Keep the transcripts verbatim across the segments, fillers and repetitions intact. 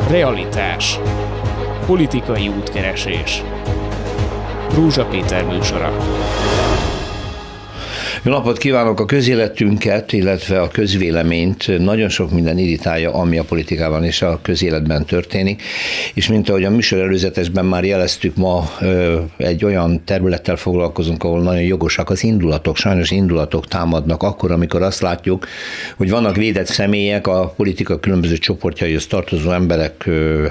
Realitás. Politikai útkeresés. Rózsa Péter műsora. Jó napot kívánok! A közéletünket, illetve a közvéleményt nagyon sok minden irritálja, ami a politikában és a közéletben történik, és mint ahogy a műsor előzetesben már jeleztük, ma egy olyan területtel foglalkozunk, ahol nagyon jogosak az indulatok, sajnos indulatok támadnak akkor, amikor azt látjuk, hogy vannak védett személyek, a politika különböző csoportjaihoz tartozó emberek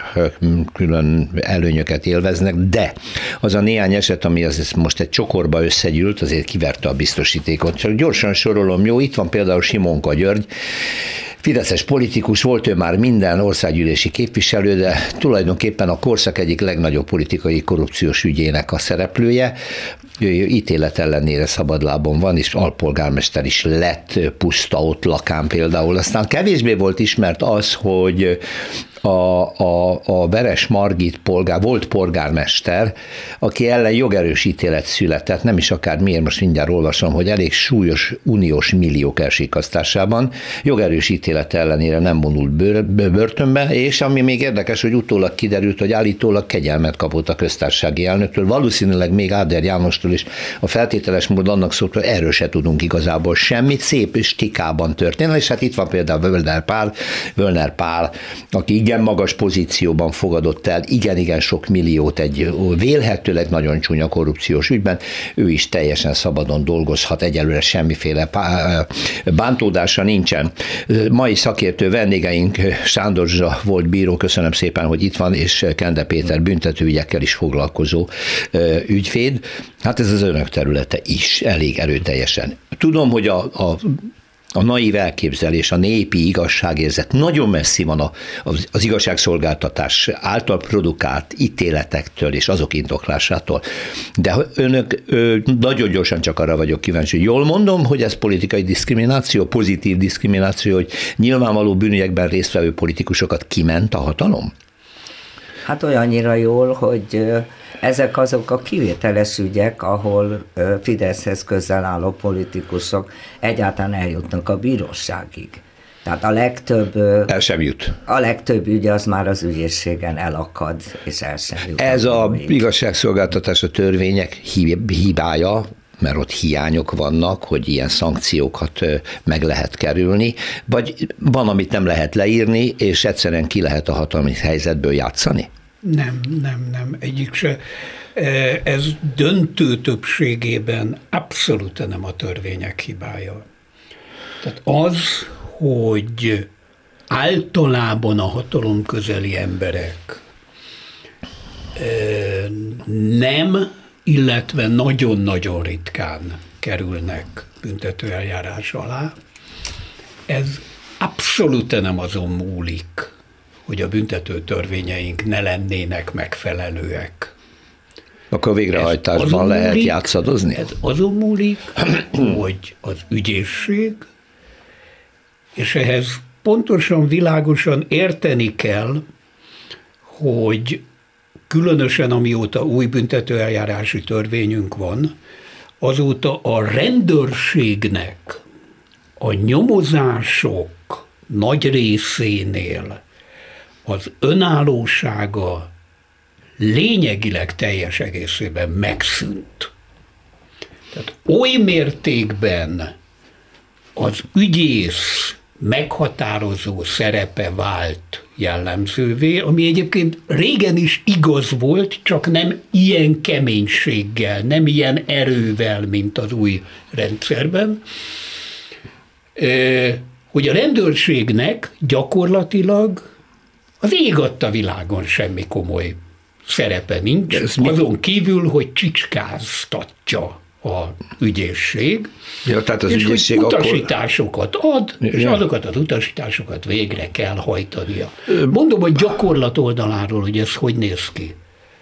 külön előnyöket élveznek, de az a néhány eset, ami az most egy csokorba összegyűlt, azért kiverte a biztosítékot. Csak gyorsan sorolom, jó, itt van például Simonka György, fideszes politikus, volt ő már minden országgyűlési képviselő, de tulajdonképpen a korszak egyik legnagyobb politikai korrupciós ügyének a szereplője. Ő ítélet ellenére szabadlábon van, és alpolgármester is lett puszta ott lakán például. Aztán kevésbé volt ismert az, hogy a, a, a Veres Margit polgár, volt polgármester, aki ellen jogerős ítélet született, nem is akár miért, most mindjárt olvasom, hogy elég súlyos uniós milliók elsikasztásában jogerős ítélet ellenére nem vonult bőr, börtönbe, és ami még érdekes, hogy utólag kiderült, hogy állítólag kegyelmet kapott a köztársasági elnöktől, valószínűleg még Áder Jánostól is. A feltételes mód annak szólt, hogy erről se tudunk igazából semmit, szép stikában történt, és hát itt van például Völner Pál, Völner Pál, aki igen magas pozícióban fogadott el igen-igen sok milliót egy vélhetőleg nagyon csúnya korrupciós ügyben, ő is teljesen szabadon dolgozhat, egyelőre semmiféle bántódása nincsen. Mai szakértő vendégeink Sándor Zsa volt bíró, köszönöm szépen, hogy itt van, és Kende Péter büntetőügyekkel is foglalkozó ügyvéd. Hát ez az önök területe is elég erőteljesen. Tudom, hogy a, a A naív elképzelés, a népi igazságérzet nagyon messzi van a, az, az igazságszolgáltatás által produkált ítéletektől és azok indoklásától. De önök ö, nagyon gyorsan csak arra vagyok kíváncsi, hogy jól mondom, hogy ez politikai diszkrimináció, pozitív diszkrimináció, hogy nyilvánvaló bűnügyekben résztvevő politikusokat kiment a hatalom? Hát olyannyira jól, hogy ezek azok a kivételes ügyek, ahol Fideszhez közel álló politikusok egyáltalán eljutnak a bíróságig. Tehát a legtöbb... El sem jut. A legtöbb ügy az már az ügyészségen elakad, és el sem jut. Ez a igazságszolgáltatás, a törvények hibája, mert ott hiányok vannak, hogy ilyen szankciókat meg lehet kerülni, vagy van, amit nem lehet leírni, és egyszerűen ki lehet a hatalmi helyzetből játszani? Nem, nem, nem, egyik se. Ez döntő többségében abszolút nem a törvények hibája. Tehát az, hogy általában a hatalom közeli emberek nem, illetve nagyon-nagyon ritkán kerülnek büntetőeljárás alá, ez abszolút nem azon múlik, hogy a büntető törvényeink ne lennének megfelelőek. Akkor végrehajtásban lehet múlik, játszadozni? Ez azon múlik, hogy az ügyészség, és ehhez pontosan, világosan érteni kell, hogy különösen amióta új büntetőeljárási törvényünk van, azóta a rendőrségnek a nyomozások nagy részénél az önállósága lényegileg teljes egészében megszűnt. Tehát oly mértékben az ügyész meghatározó szerepe vált jellemzővé, ami egyébként régen is igaz volt, csak nem ilyen keménységgel, nem ilyen erővel, mint az új rendszerben, hogy a rendőrségnek gyakorlatilag az ég adta világon semmi komoly szerepe nincs, azon kívül, hogy csicskáztatja a ügyészség, ja, tehát az és ügyészség hogy utasításokat akkor... ad, és ja. azokat az utasításokat végre kell hajtania. Mondom, hogy gyakorlat oldaláról, hogy ez hogy néz ki.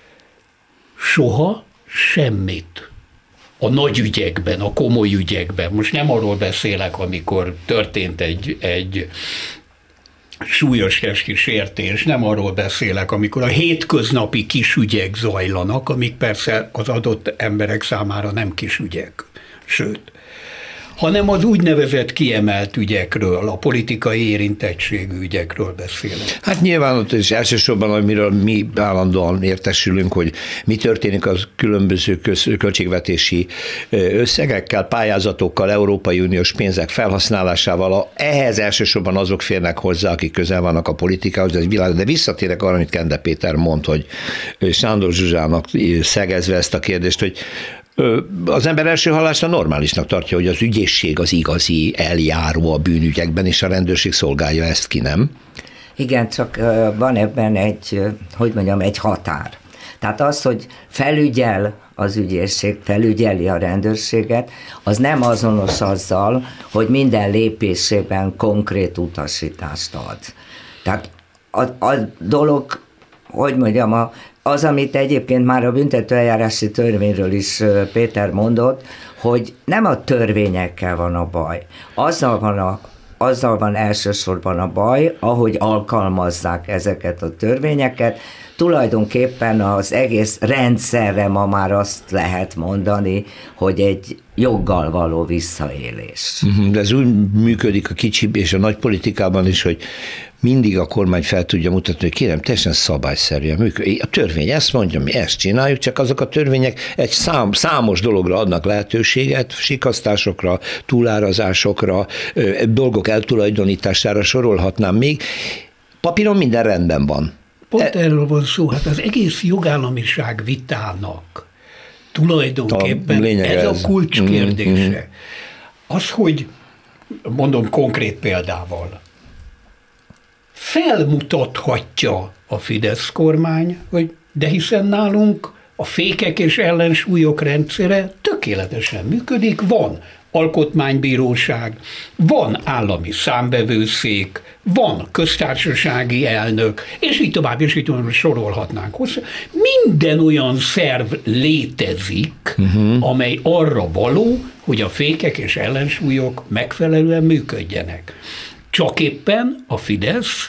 Soha semmit. A nagy ügyekben, a komoly ügyekben. Most nem arról beszélek, amikor történt egy, egy súlyos testi sértés, nem arról beszélek, amikor a hétköznapi kisügyek zajlanak, amik persze az adott emberek számára nem kisügyek. Sőt, hanem az úgynevezett kiemelt ügyekről, a politikai érintettségű ügyekről beszélek. Hát nyilván ott is elsősorban, amiről mi állandóan értesülünk, hogy mi történik az különböző köz, költségvetési összegekkel, pályázatokkal, Európai Uniós pénzek felhasználásával. Ehhez elsősorban azok férnek hozzá, akik közel vannak a politikához, de ez világ. De visszatérek arra, amit Kende Péter mond, hogy Sándor Zsuzsának szegezve ezt a kérdést, hogy az ember első hallásra normálisnak tartja, hogy az ügyészség az igazi eljáró a bűnügyekben, és a rendőrség szolgálja ezt ki, nem? Igen, csak van ebben egy, hogy mondjam, egy határ. Tehát az, hogy felügyel az ügyészség, felügyeli a rendőrséget, az nem azonos azzal, hogy minden lépésében konkrét utasítást ad. Tehát a, a dolog, hogy mondjam, a, az, amit egyébként már a büntetőeljárási törvényről is Péter mondott, hogy nem a törvényekkel van a baj, azzal van a azzal van elsősorban a baj, ahogy alkalmazzák ezeket a törvényeket. Tulajdonképpen az egész rendszerre ma már azt lehet mondani, hogy egy joggal való visszaélés. De ez úgy működik a kicsi és a nagy politikában is, hogy mindig a kormány fel tudja mutatni, hogy kérem, teljesen szabályszerűen működik. A törvény ezt mondja, mi ezt csináljuk, csak azok a törvények egy szám, számos dologra adnak lehetőséget, sikasztásokra, túlárazásokra, dolgok eltulajdonítására sorolhatnám még. Papíron minden rendben van. Pont erről van szó, hát az egész jogállamiság vitának tulajdonképpen a ez, ez a kulcskérdése. Mm-hmm. Az, hogy mondom konkrét példával, felmutathatja a Fidesz kormány, hogy de hiszen nálunk a fékek és ellensúlyok rendszere tökéletesen működik, van alkotmánybíróság, van állami számbevőszék, van köztársasági elnök, és így tovább, és így tovább sorolhatnánk hozzá. Minden olyan szerv létezik, uh-huh. amely arra való, hogy a fékek és ellensúlyok megfelelően működjenek. Csak éppen a Fidesz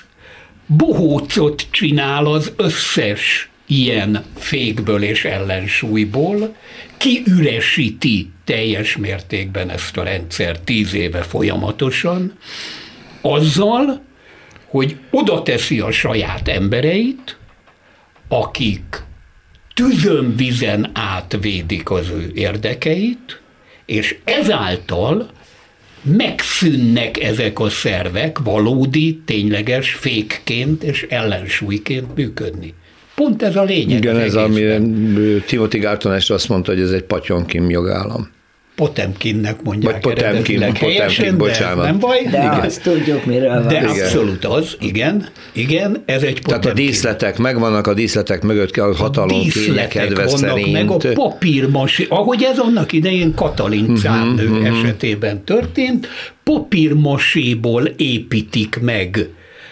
bohócot csinál az összes ilyen fékből és ellensúlyból, kiüresíti teljes mértékben ezt a rendszer tíz éve folyamatosan, azzal, hogy oda teszi a saját embereit, akik tüzön vizen átvédik az ő érdekeit, és ezáltal megszűnnek ezek a szervek valódi, tényleges fékként és ellensúlyként működni. Pont ez a lényeg. Igen, ez amire Timothy Garton este azt mondta, hogy ez egy Potyomkin jogállam. Potemkinnek mondják. Vagy Potemkin, Potemkin, bocsánat. Nem baj? De igen. Azt tudjuk, miről van. De igen. abszolút az, igen, igen, ez egy Potemkin. Tehát a díszletek megvannak, a díszletek mögött a hatalom kényekedve szerint. Meg a papírmasé, ahogy ez annak idején Katalin cárnő uh-huh, uh-huh. esetében történt, papírmaséból építik meg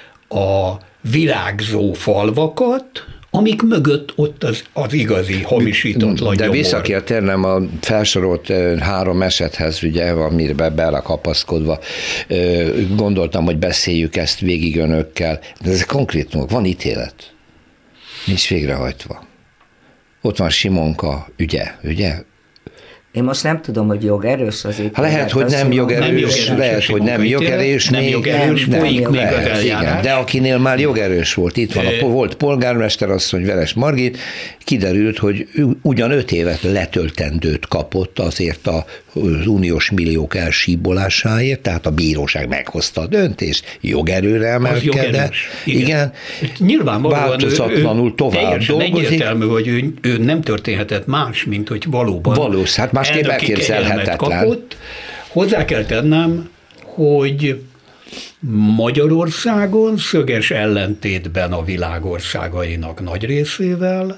a virágzó falvakat, amik mögött ott az, az igazi hamisítatlan De nyomor. vissza kell térnem a felsorolt három esethez, ugye, amire belekapaszkodva gondoltam, hogy beszéljük ezt végig önökkel. De ezek konkrétumok, van ítélet, nincs végrehajtva. Ott van Simonka ügye, ugye? Én most nem tudom, hogy jogerős az ítélet. Ha lehet, hogy nem jogerős, lehet, hogy nem jogerős, nem jogerős, folyik még az eljárás. De akinél már jogerős volt, itt van, a, volt polgármester asszony, Veres Margit, kiderült, hogy ugyan öt évet letöltendőt kapott azért az uniós milliók elsíbolásáért, tehát a bíróság meghozta a döntést, jogerőre emelkedett. Igen. Igen. Nyilvánvalóan változatlanul ő, tovább dolgozik. Egyértelmű, hogy ő, ő nem történhetett más, mint hogy valóban Valósz, hát másképp elképzelhetetlen. Hozzá kell tennem, hogy Magyarországon szöges ellentétben a világországainak nagy részével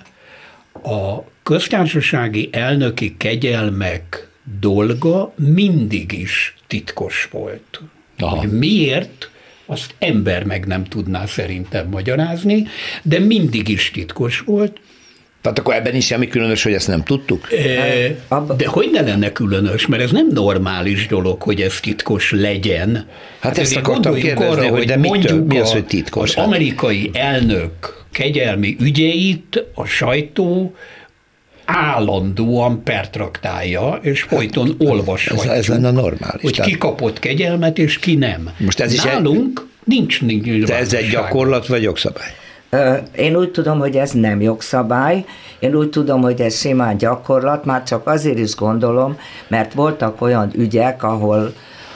a köztársasági elnöki kegyelmek dolga mindig is titkos volt. Hogy miért, azt ember meg nem tudná szerintem magyarázni, de mindig is titkos volt. Tehát akkor ebben is semmi különös, hogy ezt nem tudtuk? E, de hogy ne lenne különös, mert ez nem normális dolog, hogy ez titkos legyen. Hát, hát ezt akartam kérdezni, arra, hogy de mondjuk mi az, hogy titkos? Az amerikai elnök kegyelmi ügyeit a sajtó állandóan pertraktálja, és folyton olvashatjuk. Ez, ez lenne normális. Hogy ki kapott kegyelmet, és ki nem. Most ez Nálunk egy... nincs nyilvánosság. De ez egy gyakorlat, vagy jogszabály? Én úgy tudom, hogy ez nem jogszabály, én úgy tudom, hogy ez simán gyakorlat, már csak azért is gondolom, mert voltak olyan ügyek, ahol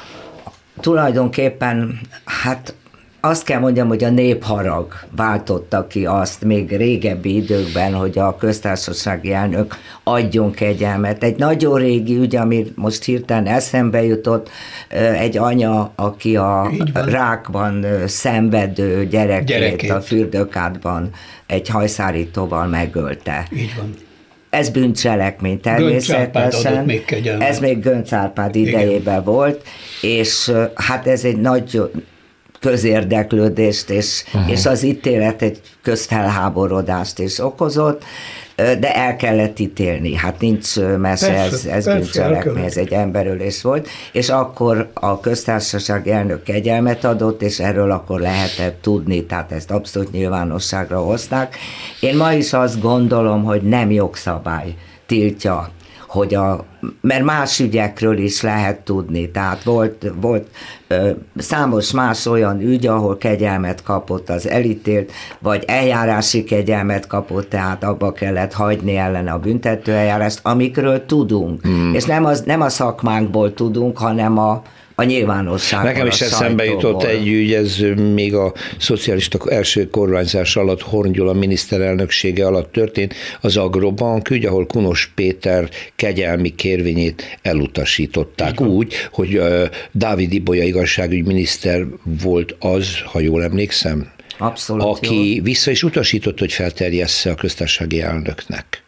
tulajdonképpen, hát azt kell mondjam, hogy a népharag váltotta ki azt még régebbi időkben, hogy a köztársasági elnök adjon kegyelmet. Egy nagyon régi ügy, ami most hirtelen eszembe jutott, egy anya, aki a rákban szenvedő gyerekét, gyerekét a fürdőkádban egy hajszárítóval megölte. Így van. Ez bűncselekmény természetesen. Még ez még Göncz Árpád idejében Igen. volt, és hát ez egy nagy közérdeklődést, és, uh-huh. és az ítélet egy közfelháborodást is okozott, de el kellett ítélni. Hát nincs mese, persze, ez, ez bűncselekmény, ez egy emberölés volt, és akkor a köztársaság elnök kegyelmet adott, és erről akkor lehetett tudni, tehát ezt abszolút nyilvánosságra hozták. Én ma is azt gondolom, hogy nem jogszabály tiltja, hogy a, mert más ügyekről is lehet tudni, tehát volt, volt ö, számos más olyan ügy, ahol kegyelmet kapott az elítélt, vagy eljárási kegyelmet kapott, tehát abba kellett hagyni ellene a büntetőeljárást, amikről tudunk, hmm. és nem, az, nem a szakmánkból tudunk, hanem a a nyilvánosságban. Nekem is eszembe jutott egy ügy, ez még a szocialista első kormányzás alatt, Horn Gyula miniszterelnöksége alatt történt, az Agrobank ügy, ahol Kunos Péter kegyelmi kérvényét elutasították Igen. úgy, hogy Dávid Ibolya igazságügyminiszter volt az, ha jól emlékszem, Abszolút aki jó. vissza is utasított, hogy felterjessze a köztársasági elnöknek.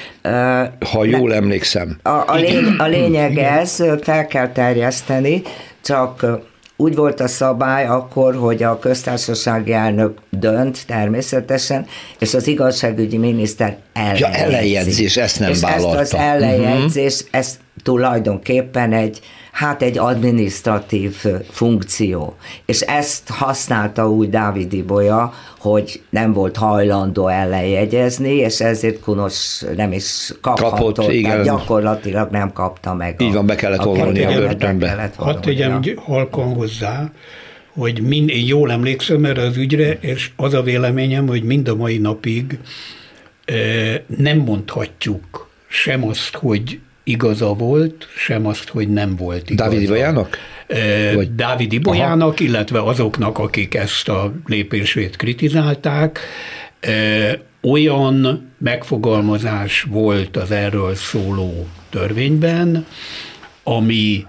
Ha jól emlékszem. A, a, lény, a lényeg ez, fel kell terjeszteni, csak úgy volt a szabály akkor, hogy a köztársasági elnök dönt természetesen, és az igazságügyi miniszter ellenjegyzi. Ja, ellenjegyzés, ezt nem és vállalta. Ezt az ellenjegyzés, uh-huh. ez tulajdonképpen egy hát egy adminisztratív funkció. És ezt használta úgy Dávid Ibolya, hogy nem volt hajlandó ellenjegyezni, és ezért Kunos nem is kaphatott, Kapott, igen. gyakorlatilag nem kapta meg. Így van, be kellett volni a börtönbe. Hadd tegyem halkan hozzá, hogy mind, én jól emlékszem erre az ügyre, és az a véleményem, hogy mind a mai napig e, nem mondhatjuk sem azt, hogy igaza volt, sem azt, hogy nem volt igaza. Dávid Ibolyának? E, Dávid Ibolyának, Aha. illetve azoknak, akik ezt a lépését kritizálták. E, olyan megfogalmazás volt az erről szóló törvényben, ami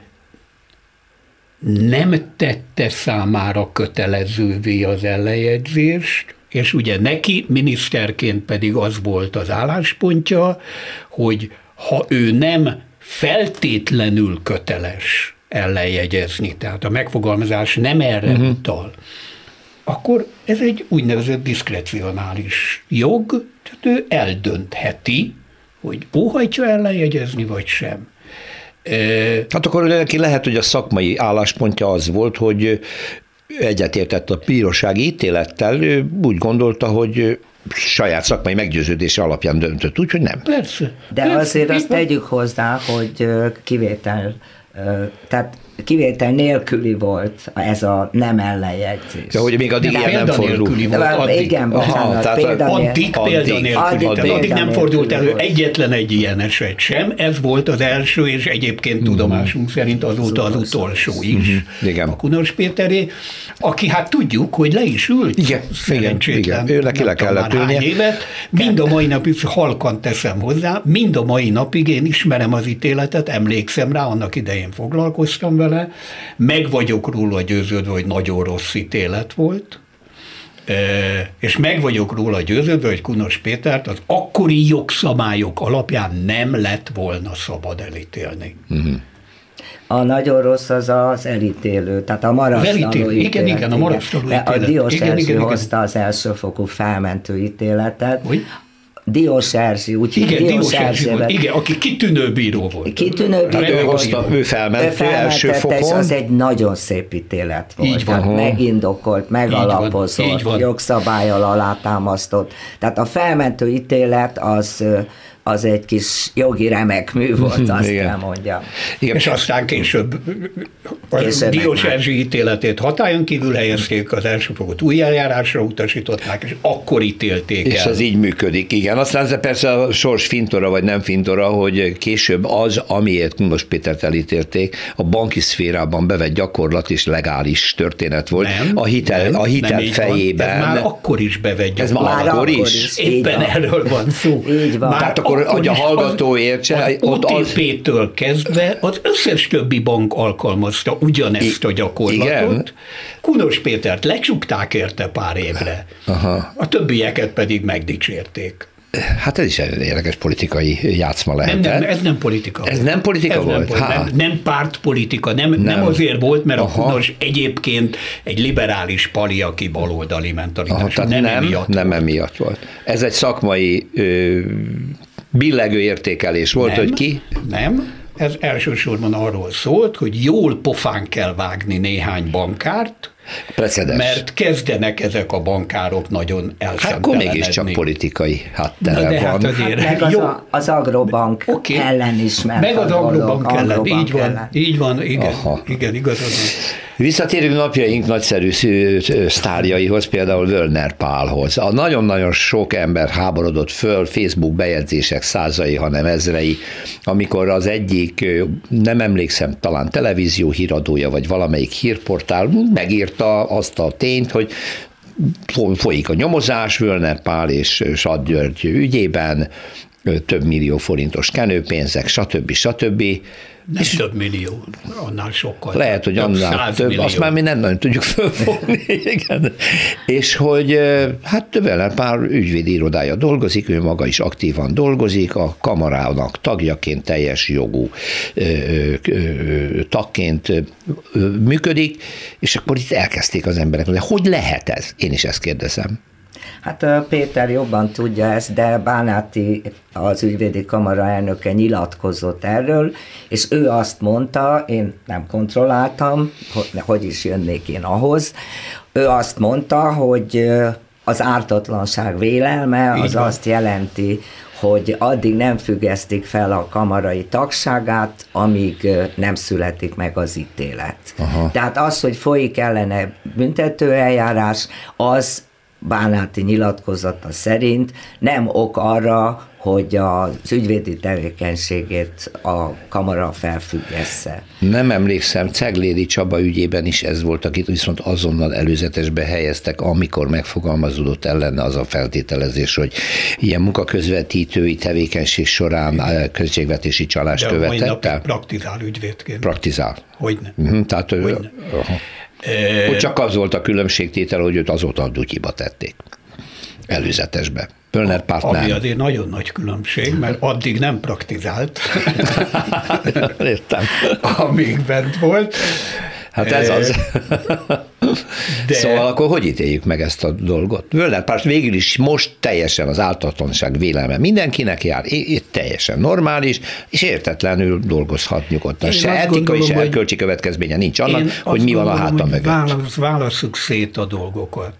nem tette számára kötelezővé az ellenjegyzést, és ugye neki miniszterként pedig az volt az álláspontja, hogy ha ő nem feltétlenül köteles ellenjegyezni, tehát a megfogalmazás nem erre uh-huh. utal, akkor ez egy úgynevezett diszkrecionális jog, tehát ő eldöntheti, hogy óhajtja ellenjegyezni, vagy sem. Hát akkor neki lehet, hogy a szakmai álláspontja az volt, hogy egyetértett a bírósági ítélettel, ő úgy gondolta, hogy saját szakmai meggyőződése alapján döntött, úgyhogy nem. Persze. De persze, azért azt tegyük hozzá, hogy kivétel, tehát kivétel nélküli volt ez a nem ellenjegyzés. Ja, hogy még addig ilyen nem fordult. Addig. Igen, bocsánat, Aha, példa addig példa nélküli. Addig, addig, addig nem fordult elő volt. Egyetlen egy ilyen eset sem. Ez volt az első, és egyébként mm. tudomásunk szerint azóta az utolsó is. Mm-hmm. A Kunos Péteré, aki hát tudjuk, hogy le is ült. Igen, igen, ő neki le kellett ülnie. Évet. Mind a mai napig, halkan teszem hozzá, mind a mai napig én ismerem az ítéletet, emlékszem rá, annak idején foglalkoztam vele, meg vagyok róla győződve, hogy nagyon rossz ítélet volt, és meg vagyok róla győződve, hogy Kunos Pétert az akkori jogszabályok alapján nem lett volna szabad elítélni. Uh-huh. A nagyon rossz az az elítélő, tehát a marasztaló ítélet. Igen, igen, a marasztaló ítélet. A Diós Erzsi hozta az elsőfokú felmentő ítéletet. Úgy? Diós Erzsi, úgyhogy igen, Diós Erzsi volt, igen, aki kitűnő bíró volt. Kitűnő bíró ő volt. Hozta, ő felmentő első fokon. És az egy nagyon szép ítélet volt. Így van. Megindokolt, megalapozott, jogszabállyal alátámasztott. Tehát a felmentő ítélet az az egy kis jogi remek mű volt, azt Igen. kell mondjam. Igen. És aztán később a Diós Erzsi ítéletét hatályon kívül helyezték, az elsőfogot új eljárásra utasították, és akkor ítélték és el. És ez így működik, igen. Aztán persze a sors fintora, vagy nem fintora, hogy később az, amiért Kunos Pétert elítélték, a banki szférában bevett gyakorlat és legális történet volt. Nem, a hitel, nem, a hitel fejében. Ez már akkor is bevett gyakorlat. Ez már akkor is? is. Éppen erről van szó. Így van. Már tehát akkor, hogy a hallgató értse, az o té pé-től kezdve az összes többi bank alkalmazta ugyanezt a gyakorlatot. Igen? Kunos Pétert lecsukták érte pár évre. Aha. A többieket pedig megdicsérték. Hát ez is egy érdekes politikai játszma lehet. Nem, nem, ez nem politika Ez volt. nem politika ez volt? Nem, nem, nem pártpolitika, nem, nem. nem azért volt, mert Aha. a Kunos egyébként egy liberális pali, aki baloldali mentalitású. Nem, nem, emiatt nem volt. emiatt volt. Ez egy szakmai ö, billegő értékelés volt, nem, hogy ki? Nem, ez elsősorban arról szólt, hogy jól pofán kell vágni néhány bankárt, Precedens. Mert kezdenek ezek a bankárok nagyon elszentelenedni. Hát akkor mégiscsak politikai háttere van. Hát azért, hát meg az, a, az Agrobank okay. ellen is ment. Meg az Agrobank ellen, Agrobank így van, ellen. így van, igen, igen igazad van. Visszatérünk napjaink nagyszerű sztárjaihoz, például Völner Pálhoz. A nagyon-nagyon sok ember háborodott föl, Facebook bejegyzések százai, hanem ezrei, amikor az egyik, nem emlékszem, talán televízió híradója, vagy valamelyik hírportál megírta azt a tényt, hogy folyik a nyomozás Völner Pál és Sadd György ügyében, több millió forintos kenőpénzek, stb. stb. Nem és több millió, annál sokkal. Lehet, hogy annál több, millió. Azt már mi nem nagyon tudjuk fölfogni. Igen. És hogy hát Völner Pál ügyvédi irodája dolgozik, ő maga is aktívan dolgozik, a kamarának tagjaként, teljes jogú ö, ö, ö, tagként ö, működik, és akkor itt elkezdték az emberek, de hogy lehet ez? Én is ezt kérdezem. Hát Péter jobban tudja ezt, de Bánáti, az ügyvédi kamara elnöke nyilatkozott erről, és ő azt mondta, én nem kontrolláltam, hogy, hogy is jönnék én ahhoz, ő azt mondta, hogy az ártatlanság vélelme az azt jelenti, hogy addig nem függesztik fel a kamarai tagságát, amíg nem születik meg az ítélet. Aha. Tehát az, hogy folyik ellene büntetőeljárás, az Bánáti nyilatkozata szerint nem ok arra, hogy az ügyvédi tevékenységét a kamara felfüggesse. Nem emlékszem, Ceglédi Csaba ügyében is ez volt, akit viszont azonnal előzetesbe helyeztek, amikor megfogalmazódott ellene az a feltételezés, hogy ilyen munkaközvetítői tevékenység során költségvetési csalást de követett. De praktizál ügyvédként. Praktizál. Hogyne. Uh-huh, tehát, Hogyne. Uh-huh. E... hogy csak az volt a különbségtétel, hogy őt azóta a dutyiba tették. Előzetesbe. Völner Pált nem. Ami azért nagyon nagy különbség, mert addig nem praktizált. Értem. Amíg bent volt. Hát ez az. De... Szóval akkor hogy ítéljük meg ezt a dolgot? Völner Pált végül is most teljesen az ártatlanság vélelme mindenkinek jár, itt teljesen normális, és értetlenül dolgozhat nyugodtan. Se etikai, se erkölcsi következménye nincs annak, hogy mi van a háta mögött. Válasz, válasszuk szét a dolgokat.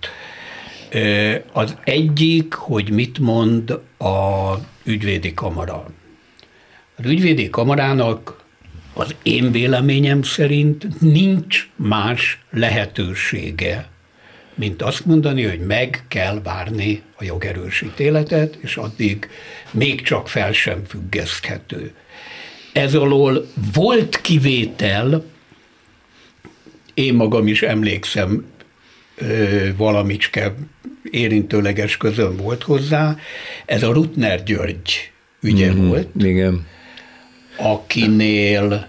Az egyik, hogy mit mond a ügyvédi kamara. Az ügyvédi kamarának az én véleményem szerint nincs más lehetősége, mint azt mondani, hogy meg kell várni a jogerős ítéletet, és addig még csak fel sem függeszthető. Ez alól volt kivétel, én magam is emlékszem, valamicske érintőleges közön volt hozzá, ez a Ruttner György ügye mm-hmm, volt, igen. Akinél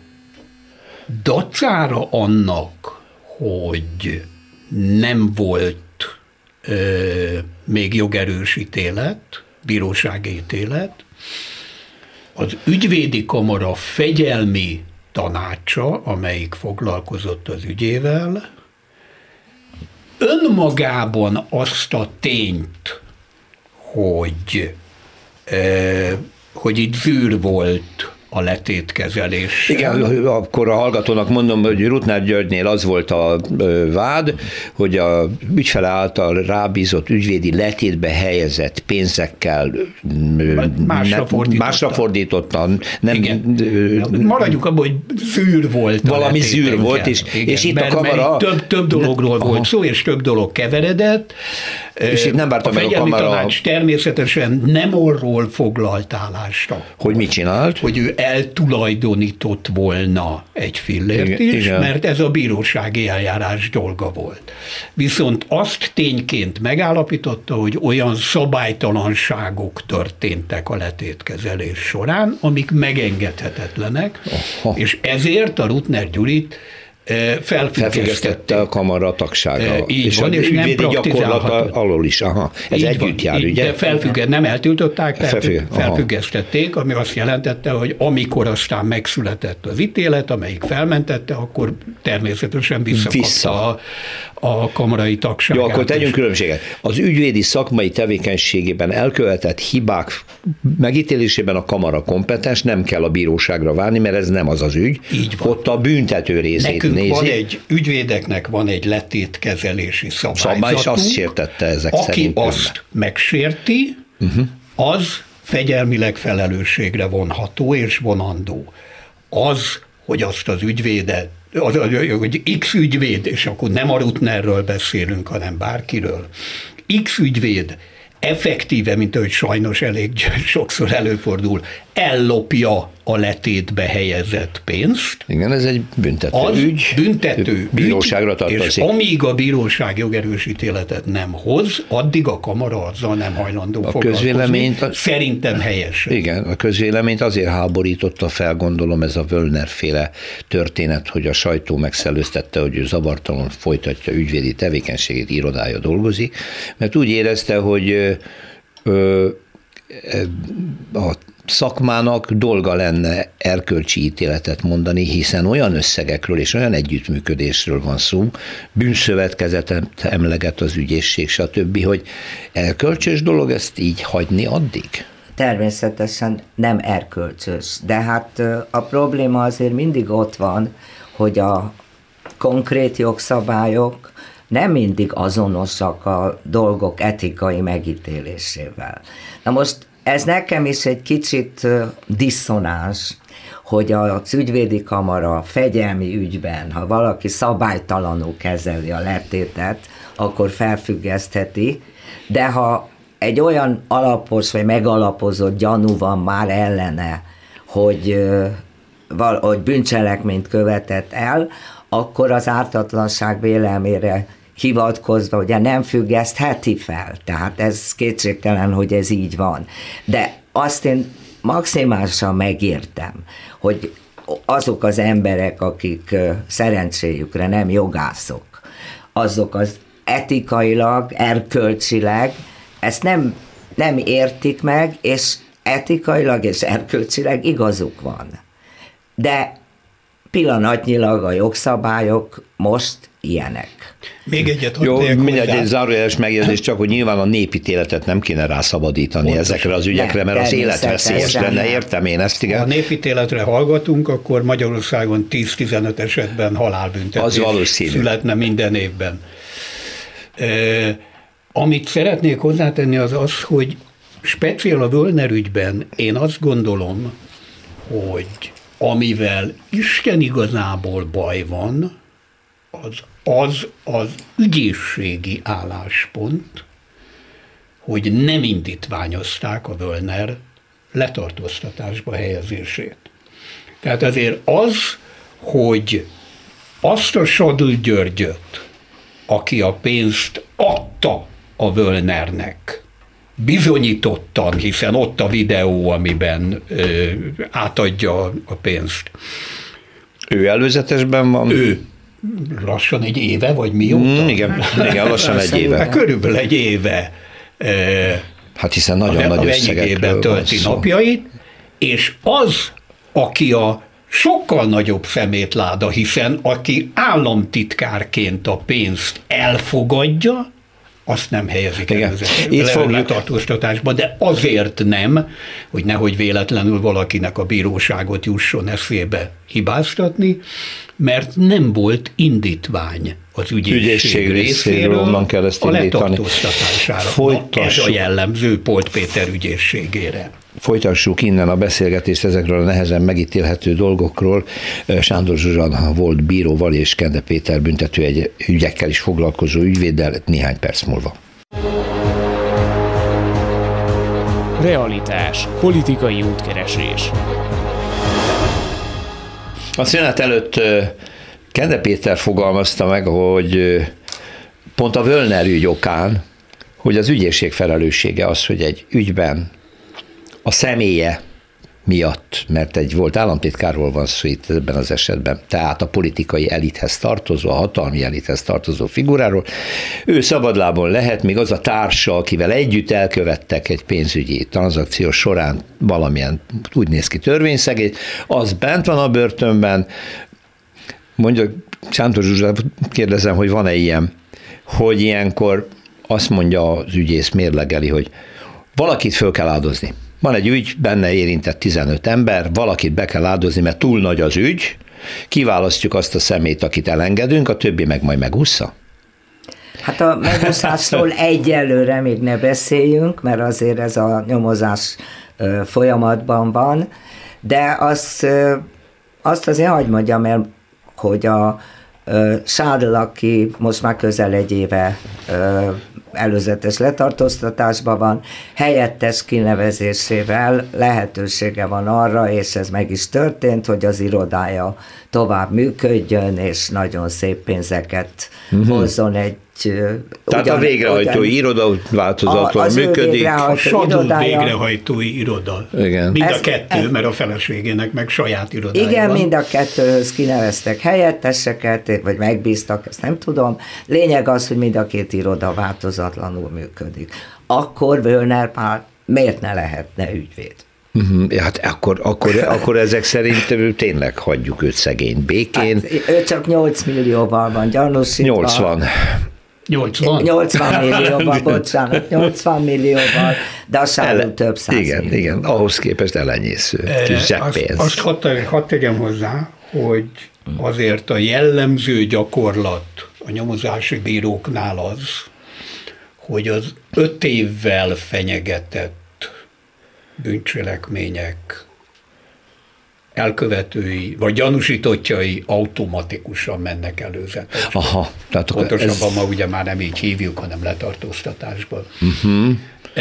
dacára annak, hogy nem volt ö, még jogerős ítélet, bírósági ítélet, az ügyvédi kamara fegyelmi tanácsa, amelyik foglalkozott az ügyével, önmagában azt a tényt, hogy, eh, hogy itt zűr volt a letétkezelés. Igen, akkor a hallgatónak mondom, hogy Ruttner Györgynél az volt a vád, hogy a ügyfele által rábízott ügyvédi letétbe helyezett pénzekkel másra, ne, másra fordítottan. Nem, igen. Maradjuk abban, hogy zűr volt. Valami zűr volt, és, és itt mert, a kamera... Több, több dologról ne, volt aha. szó, és több dolog keveredett. És itt nem vártam meg a kamera... Tanács természetesen nem arról foglalt állást. Hogy mit csinált? Hogy ő eltulajdonított volna egy fillért is, igen. mert ez a bírósági eljárás dolga volt. Viszont azt tényként megállapította, hogy olyan szabálytalanságok történtek a letétkezelés során, amik megengedhetetlenek, aha. és ezért a Ruttner Gyurit felfüggesztette a kamara tagsága. E, így és van, és nem gyakorlata alól is. Aha, ez így együtt van, jár, ugye? De felfügget, nem eltiltották, Felfügg, felfüggesztették, ami azt jelentette, hogy amikor aztán megszületett az ítélet, amelyik felmentette, akkor természetesen visszakapta Vissza. a, a kamarai tagságát. Jó, akkor tegyünk különbséget. Az ügyvédi szakmai tevékenységében elkövetett hibák megítélésében a kamara kompetens, nem kell a bíróságra várni, mert ez nem az az ügy. Így van. Ott a büntető részét Nekünk nézi. van egy, ügyvédeknek van egy letétkezelési szabályzatunk. Szabály, és azt sértette ezek aki szerint. Aki azt megsérti, uh-huh. az fegyelmileg felelősségre vonható és vonandó. Az, hogy azt az ügyvédet, az, hogy X ügyvéd, és akkor nem a Ruttnerről beszélünk, hanem bárkiről, X ügyvéd effektíve, mint ahogy sajnos elég sokszor előfordul, ellopja a letétbe helyezett pénzt. Igen, ez egy büntető az ügy. büntető bíróságra tartozik. És amíg a bíróság jogerős ítéletet nem hoz, addig a kamara azzal nem hajlandó a foglalkozni. A, Szerintem helyes. Igen, a közvéleményt azért háborította fel, gondolom, ez a Völner-féle történet, hogy a sajtó megszellőztette, hogy ő zavartalan folytatja ügyvédi tevékenységét, irodája dolgozik, mert úgy érezte, hogy ö, a szakmának dolga lenne erkölcsi ítéletet mondani, hiszen olyan összegekről és olyan együttműködésről van szó, bűnszövetkezetet emleget az ügyészség, stb., hogy erkölcsös dolog ezt így hagyni addig? Természetesen nem erkölcsös, de hát a probléma azért mindig ott van, hogy a konkrét jogszabályok nem mindig azonosak a dolgok etikai megítélésével. Na most ez nekem is egy kicsit diszonáns, hogy az ügyvédi kamara fegyelmi ügyben, ha valaki szabálytalanul kezeli a letétet, akkor felfüggesztheti, de ha egy olyan alapos vagy megalapozott gyanú van már ellene, hogy, hogy bűncselekményt követett el, akkor az ártatlanság vélelmére hivatkozva, ugye nem függesztheti fel. Tehát ez kétségtelen, hogy ez így van. De azt én maximálisan megértem, hogy azok az emberek, akik szerencséjükre nem jogászok, azok az etikailag, erkölcsileg ezt nem, nem értik meg, és etikailag és erkölcsileg igazuk van. De pillanatnyilag a jogszabályok most ilyenek. Még egyet Jó, mindegy, egy zárójeles megjegyzés, csak hogy nyilván a népítéletet nem kéne rászabadítani Pontos. ezekre az ügyekre, mert az életveszélyes lenne, értem én ezt, igen. Ha a népítéletre hallgatunk, akkor Magyarországon tíz-tizenöt esetben halálbüntetés születne minden évben. E, amit szeretnék hozzátenni az az, hogy speciál a Völner ügyben én azt gondolom, hogy amivel Isten igazából baj van, az az, az ügyészségi álláspont, hogy nem indítványozták a Völner letartóztatásba helyezését. Tehát azért az, hogy azt a Sadl Györgyöt, aki a pénzt adta a Völnernek, bizonyítottan, hiszen ott a videó, amiben ö, átadja a pénzt. Ő előzetesben van? Ő. Lassan egy éve, vagy mióta? Mm, igen, igen, lassan egy éve. Körülbelül egy éve. Hát hiszen nagyon nagy összegekről tölti napjait, és az, aki a sokkal nagyobb szemétláda, hiszen aki államtitkárként a pénzt elfogadja, azt nem helyezik előzetes letartóztatásba, de azért nem, hogy nehogy véletlenül valakinek a bíróságot jusson eszébe hibáztatni, mert nem volt indítvány az ügyészség, ügyészség részéről onnan kell ezt a letartóztatására. Ez a jellemző Polt Péter ügyészségére. Folytassuk innen a beszélgetést ezekről a nehezen megítélhető dolgokról. Sándor Zsuzsa volt bíróval és Kende Péter büntető egy ügyekkel is foglalkozó ügyvéddel néhány perc múlva. Realitás, politikai útkeresés. A szünet előtt Kende Péter fogalmazta meg, hogy pont a Völner ügy okán, hogy az ügyészség felelőssége az, hogy egy ügyben a személye miatt, mert egy volt államtitkárról van szó itt ebben az esetben, tehát a politikai elithez tartozó, a hatalmi elithez tartozó figuráról, ő szabadlábon lehet, míg az a társa, akivel együtt elkövettek egy pénzügyi tranzakció során valamilyen, úgy néz ki, törvényszegés, az bent van a börtönben. Mondja, Sándor Zsuzsa, kérdezem, hogy van-e ilyen, hogy ilyenkor azt mondja az ügyész, mérlegeli, hogy valakit föl kell áldozni. Van egy ügy, benne érintett tizenöt ember, valakit be kell áldozni, mert túl nagy az ügy, kiválasztjuk azt a szemét, akit elengedünk, a többi meg majd megúszza? Hát a megúszásról egyelőre még ne beszéljünk, mert azért ez a nyomozás folyamatban van, de azt, azt azért hagyd mondjam el, hogy a Sádl, aki most már közel egy éve előzetes letartóztatásban van, helyettes kinevezésével lehetősége van arra, és ez meg is történt, hogy az irodája tovább működjön, és nagyon szép pénzeket uh-huh. hozzon egy... Tehát ugyan, a végrehajtói ugyan, iroda változaton az működik. A Sadl végrehajtói iroda. Igen. Mind ez, a kettő, ez, mert a feleségének meg saját irodája igen, van. mind a kettőhöz kineveztek helyetteseket, vagy megbíztak, ezt nem tudom. Lényeg az, hogy mind a két iroda változatlanul működik. Akkor Völner Pál miért ne lehetne ügyvéd? Uh-huh. Hát akkor, akkor, akkor ezek szerint tényleg hagyjuk őt szegény békén. Hát, ő csak nyolc millióval van gyanúsítva. nyolcvan. nyolcvan? nyolcvan millióval, bocsánat, nyolcvan millióval, de a Sádl több száz Igen, millió. igen, ahhoz képest elenyésző, kis zseppénz. Azt, azt hadd, hadd tegyem hozzá, hogy azért a jellemző gyakorlat a nyomozási bíróknál az, hogy az öt évvel fenyegetett bűncselekmények elkövetői, vagy gyanúsítottjai automatikusan mennek előzetesbe. Aha. Tehát pontosabban ez... ma ugye már nem így hívjuk, hanem letartóztatásban. Uh-huh.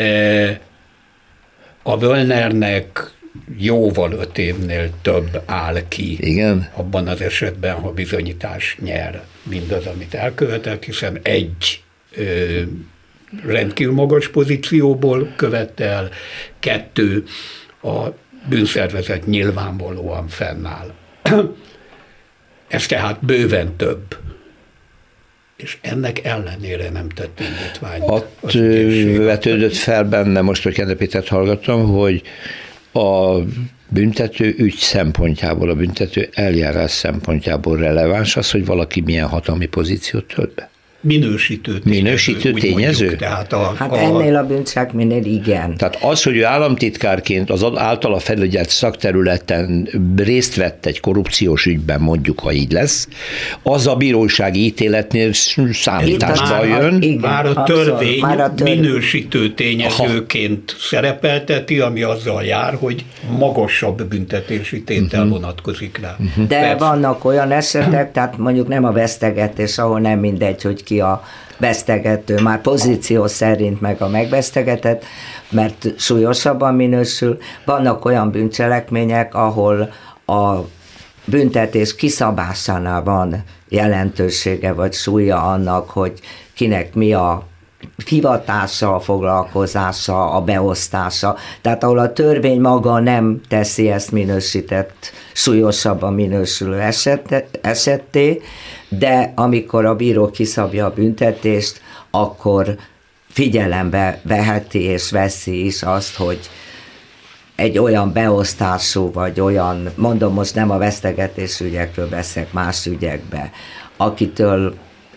A Völnernek jóval öt évnél több áll ki. Igen? Abban az esetben, ha bizonyítás nyer mindaz, amit elkövetett, hiszen egy ö, rendkívül magas pozícióból követte el, kettő, a bűnszervezet nyilvánvalóan fennáll. Ez tehát bőven több. És ennek ellenére nem tett indítványt. Ott vetődött fel benne, most, hogy Kende Pétert hallgattam, hogy a büntető ügy szempontjából, a büntető eljárás szempontjából releváns az, hogy valaki milyen hatalmi pozíciót tölt be? Minősítő tényező. Minősítő tényező? Mondjuk, tehát a, hát a, ennél a bűncselekménynél igen. Tehát az, hogy ő államtitkárként az általa felügyelt szakterületen részt vett egy korrupciós ügyben, mondjuk, ha így lesz, az a bírósági ítéletnél számításba jön. Igen, már a törvény már a törvény minősítő tényezőként Aha. szerepelteti, ami azzal jár, hogy magasabb büntetési tétel uh-huh. vonatkozik rá. Uh-huh. De Persze. vannak olyan esetek, tehát mondjuk nem a vesztegetés, ahol nem mindegy, hogy ki a vesztegető, már pozíció szerint meg a megvesztegetett, mert súlyosabban minősül. Vannak olyan bűncselekmények, ahol a büntetés kiszabásánál van jelentősége vagy súlya annak, hogy kinek mi a hivatása, a foglalkozása, a beosztása. Tehát ahol a törvény maga nem teszi ezt minősített, súlyosabban minősülő eset, esetté, de amikor a bíró kiszabja a büntetést, akkor figyelembe veheti és veszi is azt, hogy egy olyan beosztású, vagy olyan, mondom most nem a vesztegetés ügyekről beszélek, más ügyekbe, akitől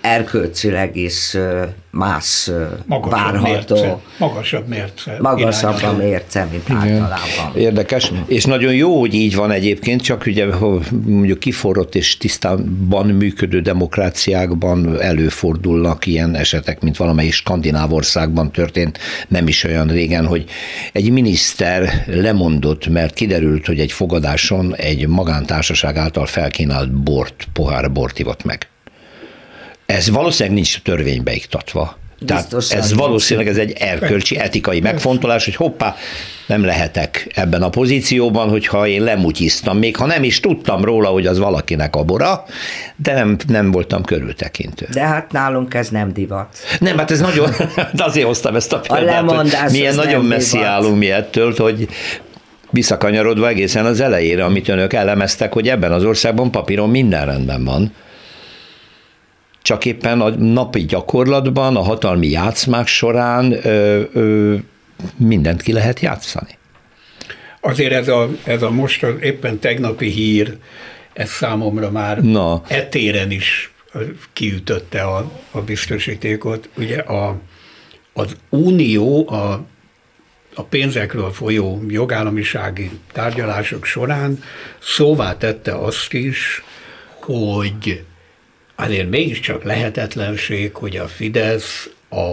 erkölcsileg is más magasabb várható. Mérce, magasabb mérce. Magasabb a mérce, mint igen. általában. Érdekes, és nagyon jó, hogy így van egyébként, csak ugye mondjuk kiforrott és tisztában működő demokráciákban előfordulnak ilyen esetek, mint valamelyik skandináv országban történt nem is olyan régen, hogy egy miniszter lemondott, mert kiderült, hogy egy fogadáson egy magántársaság által felkínált bort, pohár bort ivott meg. Ez valószínűleg nincs törvénybe iktatva. Tehát biztosan ez valószínűleg ez egy erkölcsi, etikai megfontolás, hogy hoppá, nem lehetek ebben a pozícióban, hogyha én lemutyiztam, még ha nem is tudtam róla, hogy az valakinek a bora, de nem, nem voltam körültekintő. De hát nálunk ez nem divat. Nem, hát ez nagyon, de azért hoztam ezt a példát, a hogy milyen nagyon messzi divat. Állunk mi ettől, hogy visszakanyarodva egészen az elejére, amit önök elemeztek, hogy ebben az országban papíron minden rendben van. Csak éppen a napi gyakorlatban, a hatalmi játszmák során ö, ö, mindent ki lehet játszani. Azért ez a, ez a most éppen tegnapi hír, ez számomra már Na. etéren is kiütötte a, a biztosítékot. Ugye a, az Unió a, a pénzekről folyó jogállamisági tárgyalások során szóvá tette azt is, hogy azért mégiscsak lehetetlenség, hogy a Fidesz a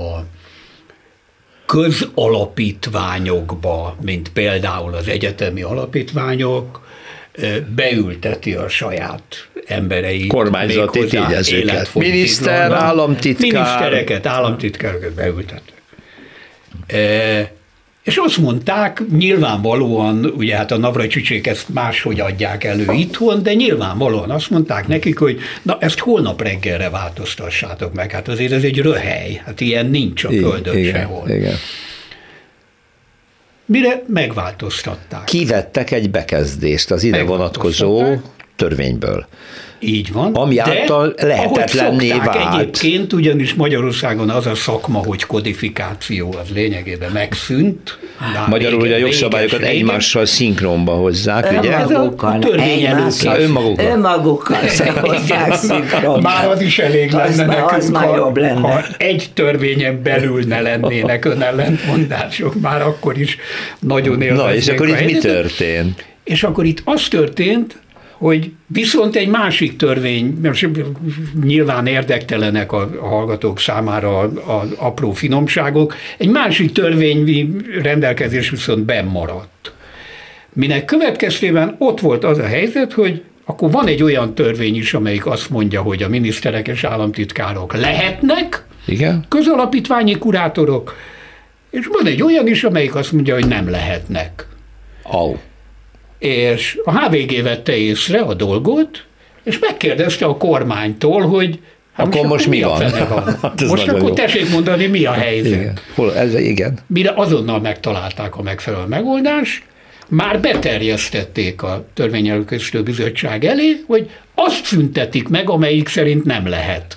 közalapítványokba, mint például az egyetemi alapítványok, beülteti a saját embereit. Kormányzati tényezőket. Miniszter, államtitkár. Minisztereket, államtitkárokat beültet. E, és azt mondták, nyilvánvalóan, ugye hát a Navracsicsik ezt máshogy adják elő itthon, de nyilvánvalóan azt mondták nekik, hogy na ezt holnap reggelre változtassátok meg, hát azért ez egy röhely, hát ilyen nincs a földön igen, sehol. Igen. Mire megváltoztatták. Kivettek egy bekezdést az ide vonatkozó törvényből. Így van. Ami által lehetetlenné vált. Egyébként, ugyanis Magyarországon az a szakma, hogy kodifikáció, az lényegében megszűnt. Magyarul ugye a jogszabályokat egymással szinkronba hozzák, ugye? Önmagukkal. A törvény előtt. Önmagukkal. Önmagukkal se hozzák szinkronba. Már az is elég lenne nekünk, az már jobb lenne. Ha egy törvényen belül ne lennének önellentmondások, már akkor is nagyon élveznék. Na, és akkor itt mi történt? És akkor itt az történt, hogy viszont egy másik törvény, mert nyilván érdektelenek a hallgatók számára az apró finomságok, egy másik törvényi rendelkezés viszont bennmaradt. Minek következtében ott volt az a helyzet, hogy akkor van egy olyan törvény is, amelyik azt mondja, hogy a miniszterek és államtitkárok lehetnek, igen, közalapítványi kurátorok, és van egy olyan is, amelyik azt mondja, hogy nem lehetnek. Au. És a há vé gé vette észre a dolgot, és megkérdezte a kormánytól, hogy hát akkor most, most mi van? van? Hát most akkor jó. Tessék mondani, mi a helyzet. Igen. Hol, ez, igen. Mire azonnal megtalálták a megfelelő megoldást, már beterjesztették a Törvényelőkészítő Bizottság elé, hogy azt szüntetik meg, amelyik szerint nem lehet.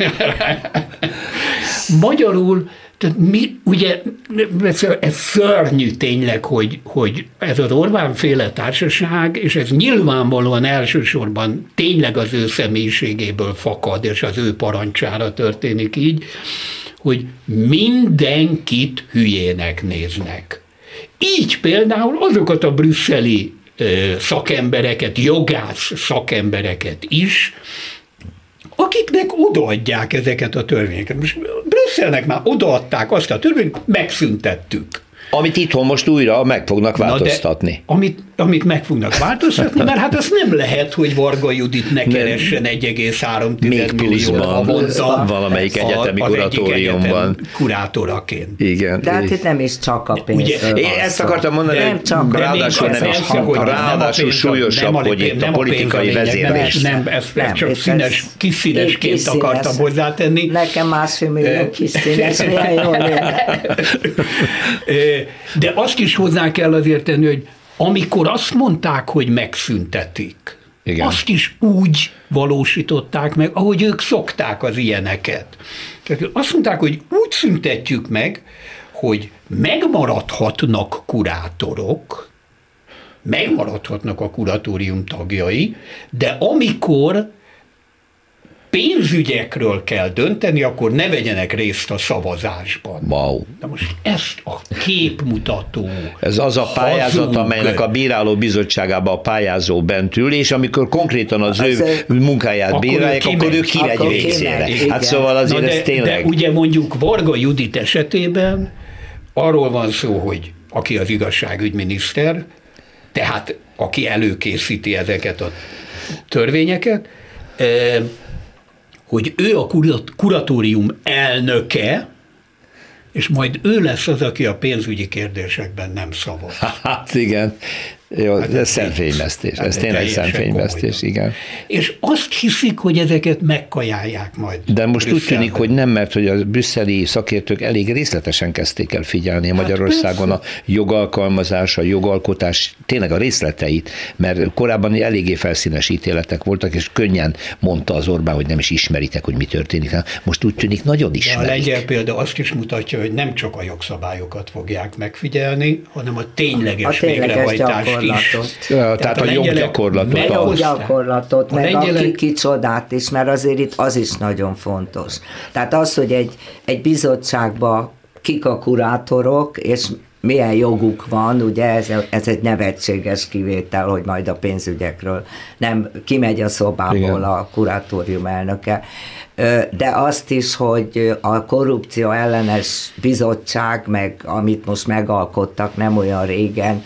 Magyarul, tehát mi, ugye, ez szörnyű tényleg, hogy, hogy ez az Orbán-féle társaság, és ez nyilvánvalóan elsősorban tényleg az ő személyiségéből fakad, és az ő parancsára történik így, hogy mindenkit hülyének néznek. Így például azokat a brüsszeli ö, szakembereket, jogász szakembereket is, akiknek odaadják ezeket a törvényeket. Most Brüsszelnek már odaadták azt a törvényt, megszüntettük. Amit itthon most újra meg fognak változtatni. Amit, amit meg fognak változtatni, mert hát az nem lehet, hogy Varga Judit ne keressen egy egész három millió havonta valamelyik egyetemi kuratóriumban. Egyetem kurátoraként. Igen. De hát itt nem is csak a pénzről. Én ezt akartam mondani, nem hogy csak ráadásul nem is, ráadásul súlyosabb, hogy itt a politikai vezérlés. Nem, ezt csak színes, kis színesként akartam hozzátenni. Nekem másfél millió kis színes, milyen jól de azt is hozzá kell azért tenni, hogy amikor azt mondták, hogy megszüntetik, igen, azt is úgy valósították meg, ahogy ők szokták az ilyeneket. Tehát azt mondták, hogy úgy szüntetjük meg, hogy megmaradhatnak kurátorok, megmaradhatnak a kuratórium tagjai, de amikor pénzügyekről kell dönteni, akkor ne vegyenek részt a szavazásban. Wow. De most ezt a képmutató Ez az a pályázat, hazug, amelynek a bíráló bizottságában a pályázó bent ül, és amikor konkrétan az, az ő munkáját bírálják, akkor ő kimegy végzére. Hát szóval azért de, ez tényleg... De ugye mondjuk Varga Judit esetében arról van szó, hogy aki az igazságügyminiszter, tehát aki előkészíti ezeket a törvényeket, hogy ő a kuratórium elnöke, és majd ő lesz az, aki a pénzügyi kérdésekben nem szavaz. Hát igen, jó, hát ez szemfényvesztés, hát ez tényleg szemfényvesztés, igen. És azt hiszik, hogy ezeket megkajálják majd. De most Brüsszelben. Úgy tűnik, hogy nem, mert hogy a brüsszeli szakértők elég részletesen kezdték el figyelni hát Magyarországon persze. a jogalkalmazás, a jogalkotás, tényleg a részleteit, mert korábban eléggé felszínes ítéletek voltak, és könnyen mondta az Orbán, hogy nem is ismeritek, hogy mi történik. Most úgy tűnik, nagyon ismerik. De a lengyel példa azt is mutatja, hogy nem csak a jogszabályokat fogják megfigyelni, hanem a tényleges, a tényleges végrehajtást is. Ja, tehát a, a joggyakorlatot. Meg a joggyakorlatot, meg lengyelek... a kicsodát is, mert azért itt az is nagyon fontos. Tehát az, hogy egy, egy bizottságban kik a kurátorok, és milyen joguk van, ugye ez, ez egy nevetséges kivétel, hogy majd a pénzügyekről nem kimegy a szobából igen. a kurátorium elnöke. De azt is, hogy a korrupció ellenes bizottság, meg amit most megalkottak nem olyan régen,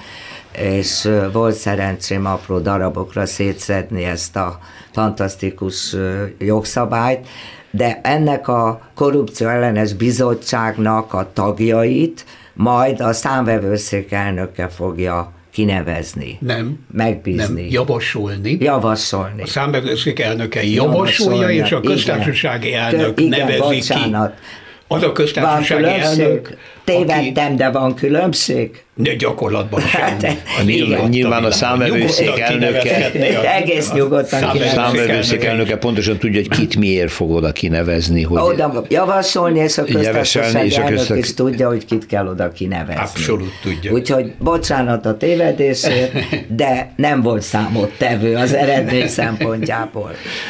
és volt szerencsém apró darabokra szétszedni ezt a fantasztikus jogszabályt, de ennek a korrupció ellenes bizottságnak a tagjait majd a számvevőszék elnöke fogja kinevezni. Nem. Megbízni. Nem. Javasolni. Javasolni. A számvevőszék elnöke javasolja, és a köztársasági igen. elnök igen, nevezi bocsánat. ki. Az a köztársasági elnök... Tévedtem, aki... de van különbség? De gyakorlatban sem. Hát, nyilván, nyilván a számvevőszék elnöke, egész nyugodtan a számvevőszék elnöke pontosan tudja, hogy kit miért fog oda kinevezni. Hogy oda javasolni, és a köztársasági elnök köztár... is tudja, hogy kit kell oda kinevezni. Abszolút tudja. Úgyhogy bocsánat a tévedésért, de nem volt számottevő az eredmény szempontjából.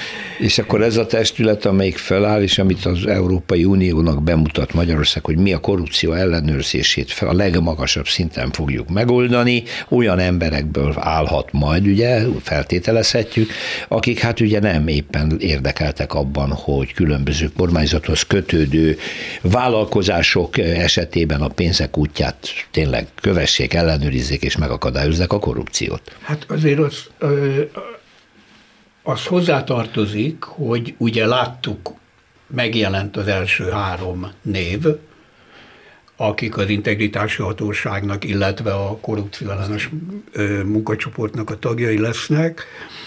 És akkor ez a testület, amelyik feláll, és amit az Európai Uniónak bemutat Magyarország, hogy mi a korrupció ellenőrzését a legmagasabb szinten fogjuk megoldani, olyan emberekből állhat majd, ugye, feltételezhetjük, akik hát ugye nem éppen érdekeltek abban, hogy különböző kormányzathoz kötődő vállalkozások esetében a pénzek útját tényleg kövessék, ellenőrizzék és megakadályozzák a korrupciót. Hát azért az... Ö, Az hozzátartozik, hogy ugye láttuk, megjelent az első három név, akik az integritási hatóságnak, illetve a korrupció ellenes munkacsoportnak a tagjai lesznek.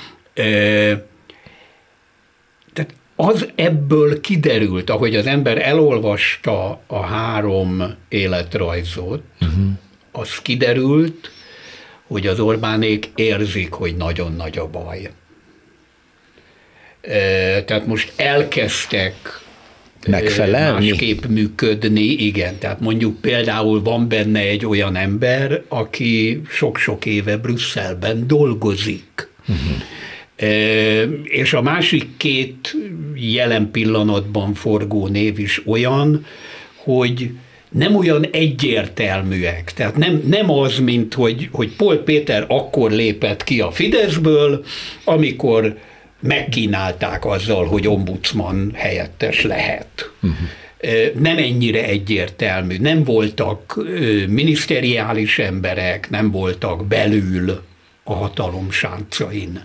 Tehát az ebből kiderült, ahogy az ember elolvasta a három életrajzot, uh-huh. az kiderült, hogy az Orbánék érzik, hogy nagyon nagy a baj. Tehát most elkezdtek megfelelni, másképp működni, igen. Tehát mondjuk például van benne egy olyan ember, aki sok-sok éve Brüsszelben dolgozik. Uh-huh. És a másik két jelen pillanatban forgó név is olyan, hogy nem olyan egyértelműek. Tehát nem, nem az, mint hogy, hogy Poll Péter akkor lépett ki a Fideszből, amikor megkínálták azzal, hogy ombudsman helyettes lehet. Uh-huh. Nem ennyire egyértelmű. Nem voltak miniszteriális emberek, nem voltak belül a hatalom sáncain.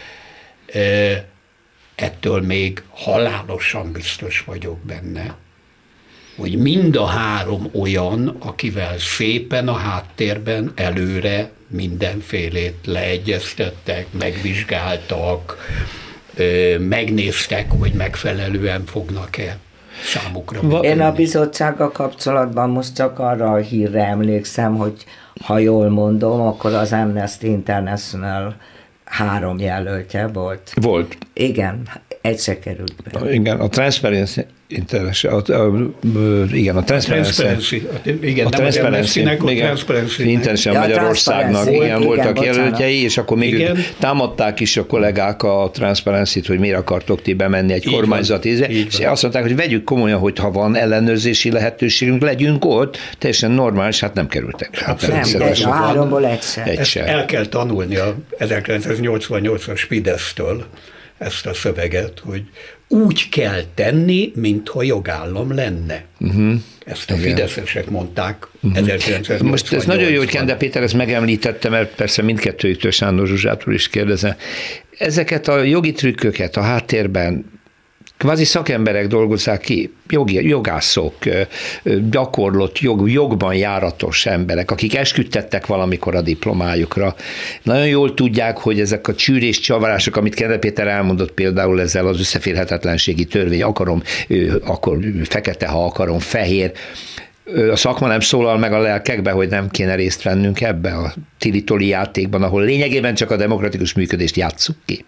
Ettől még halálosan biztos vagyok benne, hogy mind a három olyan, akivel szépen a háttérben előre mindenfélét leegyeztettek, megvizsgáltak, megnéztek, hogy megfelelően fognak-e számukra. Én a bizottsággal kapcsolatban most csak arra a hírre emlékszem, hogy ha jól mondom, akkor az Amnesty International három jelöltje volt. Volt. Igen, egy se került be. Igen, a Transparency International, a, a, igen, a Transparency. Igen, a nem Transparency, a igen, International ja, Magyarországnak igen, igen, voltak igen, jelöltjei, és akkor még igen. támadták is a kollégák a Transparency-t, hogy miért akartok ti bemenni egy kormányzati. És azt mondták, hogy vegyük komolyan, hogy ha van ellenőrzési lehetőségünk, legyünk ott, teljesen normális, hát nem kerültek. Hát nem, nem egy a háromból egyszer. egyszer. El kell tanulni a ezerkilencszáznyolcvannyolcas Fidesztől ezt a szöveget, hogy úgy kell tenni, mintha jogállam lenne. Uh-huh. Ezt a fideszesek mondták uh-huh. ezerkilencszáznyolcvannyolcban. Most ez nagyon jó, hogy Kende Péter ezt megemlítette, mert persze mindkettőjüktől, Sándor Zsuzsától is kérdezem. Ezeket a jogi trükköket a háttérben kvázi szakemberek dolgozzák ki, jogi, jogászok, gyakorlott, jog, jogban járatos emberek, akik esküdtettek valamikor a diplomájukra. Nagyon jól tudják, hogy ezek a csűrés csavarások, amit Kende Péter elmondott például ezzel az összeférhetetlenségi törvény, akarom, akkor fekete, ha akarom, fehér, a szakma nem szólal meg a lelkekbe, hogy nem kéne részt vennünk ebbe a tili-toli játékban, ahol lényegében csak a demokratikus működést játsszuk ki.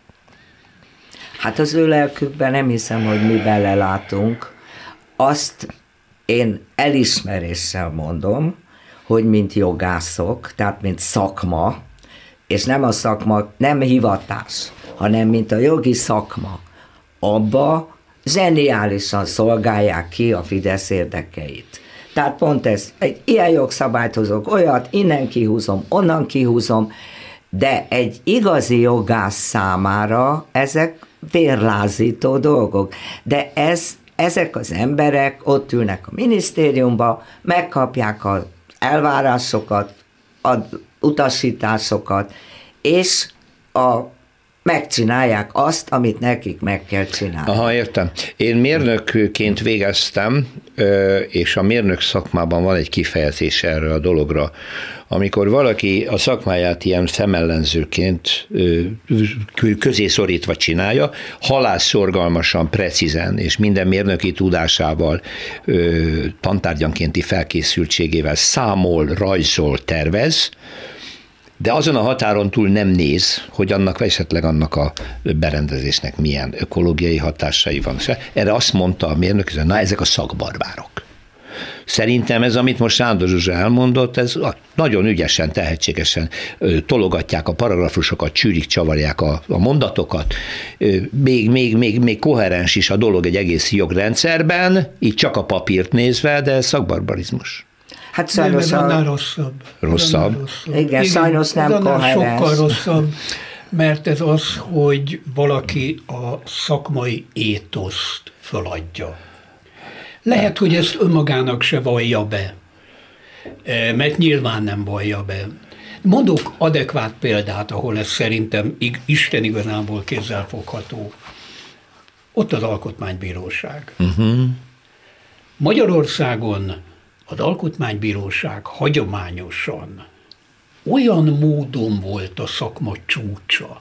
Hát az ő lelkükben nem hiszem, hogy mi belelátunk. Azt én elismeréssel mondom, hogy mint jogászok, tehát mint szakma, és nem a szakma, nem hivatás, hanem mint a jogi szakma, abba zseniálisan szolgálják ki a Fidesz érdekeit. Tehát pont ez, egy ilyen jogszabályt hozok, olyat, innen kihúzom, onnan kihúzom, de egy igazi jogász számára ezek vérlázító dolgok. De ez, ezek az emberek ott ülnek a minisztériumban, megkapják az elvárásokat, az utasításokat, és a, megcsinálják azt, amit nekik meg kell csinálni. Aha, értem. Én mérnökként végeztem, és a mérnök szakmában van egy kifejezés erre a dologra. Amikor valaki a szakmáját ilyen szemellenzőként közé szorítva csinálja, halásszorgalmasan, precízen, és minden mérnöki tudásával, tantárgyankénti felkészültségével számol, rajzol, tervez, de azon a határon túl nem néz, hogy annak esetleg annak a berendezésnek milyen ökológiai hatásai van. Erre azt mondta a mérnök, hogy na, ezek a szakbarbárok. Szerintem ez, amit most Sándor Zsuzsa elmondott, ez nagyon ügyesen, tehetségesen tologatják a paragrafusokat, csűrik, csavarják a, a mondatokat, még, még, még, még koherens is a dolog egy egész jogrendszerben, így csak a papírt nézve, de szakbarbarizmus. Hát sajnos nem, annál a... rosszabb. Rosszabb? rosszabb. Igen, Igen, sajnos nem koherens. Sokkal rosszabb, mert ez az, hogy valaki a szakmai étoszt föladja. Lehet, hogy ezt önmagának se vallja be, mert nyilván nem vallja be. Mondok adekvát példát, ahol ez szerintem Isten igazából kézzelfogható. Ott az Alkotmánybíróság. Uh-huh. Magyarországon az Alkotmánybíróság hagyományosan olyan módon volt a szakma csúcsa,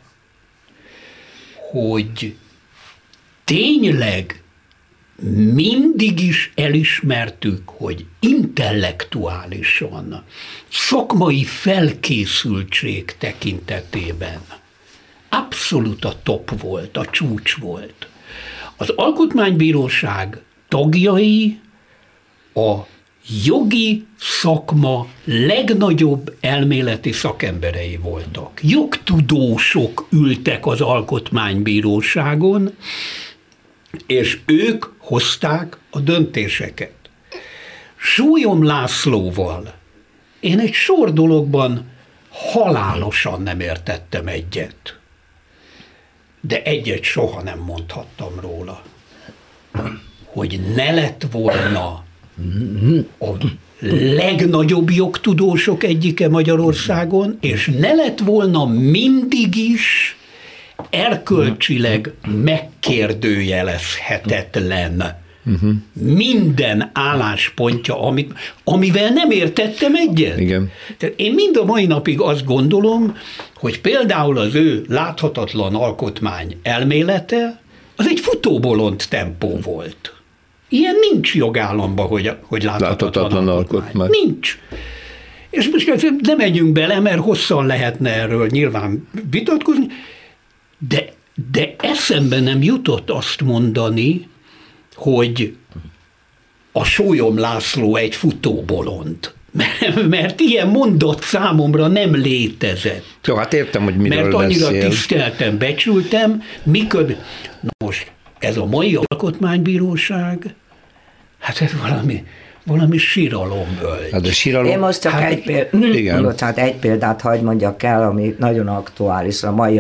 hogy tényleg mindig is elismertük, hogy intellektuálisan, szakmai felkészültség tekintetében abszolút a top volt, a csúcs volt. Az Alkotmánybíróság tagjai a jogi szakma legnagyobb elméleti szakemberei voltak. Jogtudósok ültek az Alkotmánybíróságon, és ők hozták a döntéseket. Súlyom Lászlóval én egy sor dologban halálosan nem értettem egyet, de egyet soha nem mondhattam róla, hogy ne lett volna a legnagyobb jogtudósok egyike Magyarországon, és ne lett volna mindig is erkölcsileg megkérdőjelezhetetlen uh-huh. minden álláspontja, amit, amivel nem értettem egyet. Igen. Tehát én mind a mai napig azt gondolom, hogy például az ő láthatatlan alkotmány elmélete, az egy futóbolond tempó volt. Ilyen nincs jogállamban, hogy, hogy láthatatlan, láthatatlan alkotmány. alkotmány. Nincs. És most nem menjünk bele, mert hosszan lehetne erről nyilván vitatkozni, de, de eszembe nem jutott azt mondani, hogy a Sólyom László egy futóbolond. Mert ilyen mondat számomra nem létezett. Jó, hát értem, hogy miről Mert annyira beszél. tiszteltem, becsültem, mikor... Na most, ez a mai alkotmánybíróság, hát ez valami, valami síralombölgy. Hát a síralom... Én most csak hát, egy, példát, igen. bocsánat, egy példát hagy mondjak el, ami nagyon aktuális a mai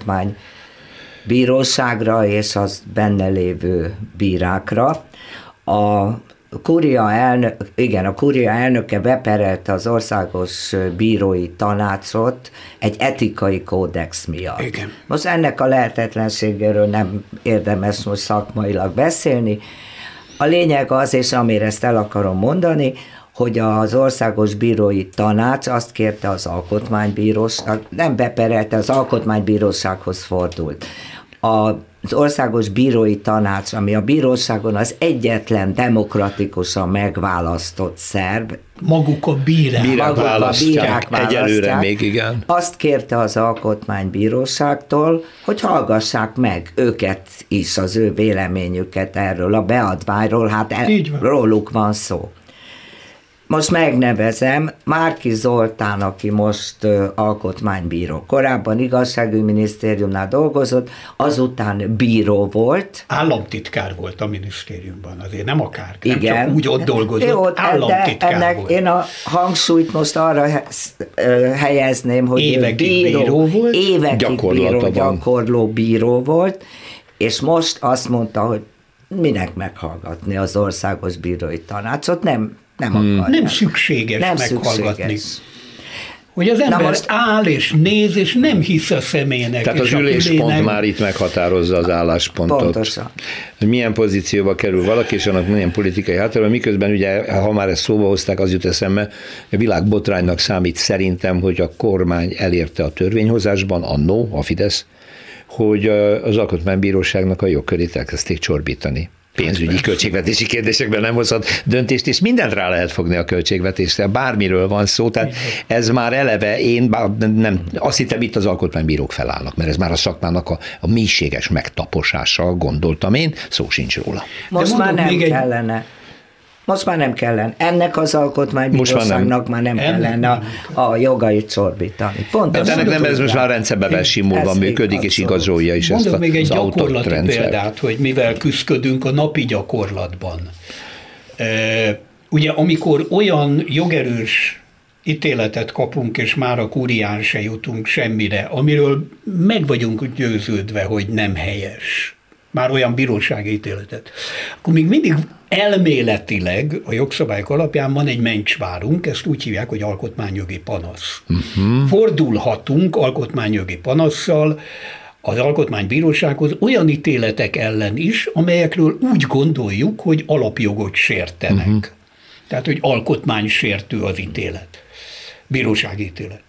alkotmánybíróságra és az benne lévő bírákra. A Kúria elnök, igen, a Kúria elnöke beperelte az Országos Bírói Tanácsot egy etikai kódex miatt. Igen. Most ennek a lehetetlenségéről nem érdemes most szakmailag beszélni. A lényeg az, és amire ezt el akarom mondani, hogy az Országos Bírói Tanács azt kérte az Alkotmánybíróság, nem beperelte, az Alkotmánybírósághoz fordult. A Az Országos Bírói Tanács, ami a bíróságon az egyetlen demokratikusan megválasztott szerv, Maguk a bírák. Bírák maguk a választják, bírák választják, egyelőre még igen. azt kérte az Alkotmánybíróságtól, hogy hallgassák meg őket is, az ő véleményüket erről a beadványról, hát el, Így van. róluk van szó. Most megnevezem Márki Zoltán, aki most uh, alkotmánybíró. Korábban igazságügyminisztériumnál dolgozott, azután bíró volt. Államtitkár volt a minisztériumban, azért nem akár. Nem Igen. csak úgy ott dolgozott, Jó, államtitkár de ennek volt. én a hangsúlyt most arra helyezném, hogy Évekig bíró, bíró volt, évekig gyakorlata bíró, van. gyakorló bíró volt, és most azt mondta, hogy minek meghallgatni az Országos Bírói Tanácsot, nem, nem hmm. akarják. Nem szükséges Nem meghallgatni. szükséges. Hogy az ember most- áll és néz, és nem hisz a személynek. Tehát és az a üléspont fülének. már itt meghatározza az álláspontot. Pontosan. Hogy milyen pozícióba kerül valaki, és annak milyen politikai háttér, miközben ugye, ha már ezt szóba hozták, az jut eszembe, a világbotránynak számít szerintem, hogy a kormány elérte a törvényhozásban, annó, a Fidesz, hogy az Alkotmánybíróságnak a jogkörét elkezdték csorbítani. Pénzügyi, költségvetési kérdésekben nem hozhat döntést, és mindent rá lehet fogni a költségvetésre, bármiről van szó, tehát ez már eleve, én bár nem, azt hittem itt az alkotmánybírók felállnak, mert ez már a szakmának a, a mélységes megtaposása, gondoltam én, szó sincs róla. Most mondok már nem még egy- kellene. Most már nem kellene. Ennek az Most már alkotmánybíróságnak már nem, Ennek kellene a, a jogait csorbítani. Tehát Pontosan. ennek nem, ez most tudják. már rendszerbe simulva Ez működik, így és abszolút. igazolja is ezt Mondok a, még egy az autott gyakorlati rendszert. példát, hogy mivel küzdködünk a napi gyakorlatban. E, ugye amikor olyan jogerős ítéletet kapunk, és már a kúrián se jutunk semmire, amiről meg vagyunk győződve, hogy nem helyes, már olyan bírósági ítéletet, akkor még mindig elméletileg a jogszabályok alapján van egy mencsvárunk, ezt úgy hívják, hogy alkotmányjogi panasz. Uh-huh. Fordulhatunk alkotmányjogi panasszal az Alkotmánybírósághoz olyan ítéletek ellen is, amelyekről úgy gondoljuk, hogy alapjogot sértenek. Uh-huh. Tehát, hogy alkotmánysértő az ítélet, bírósági ítélet.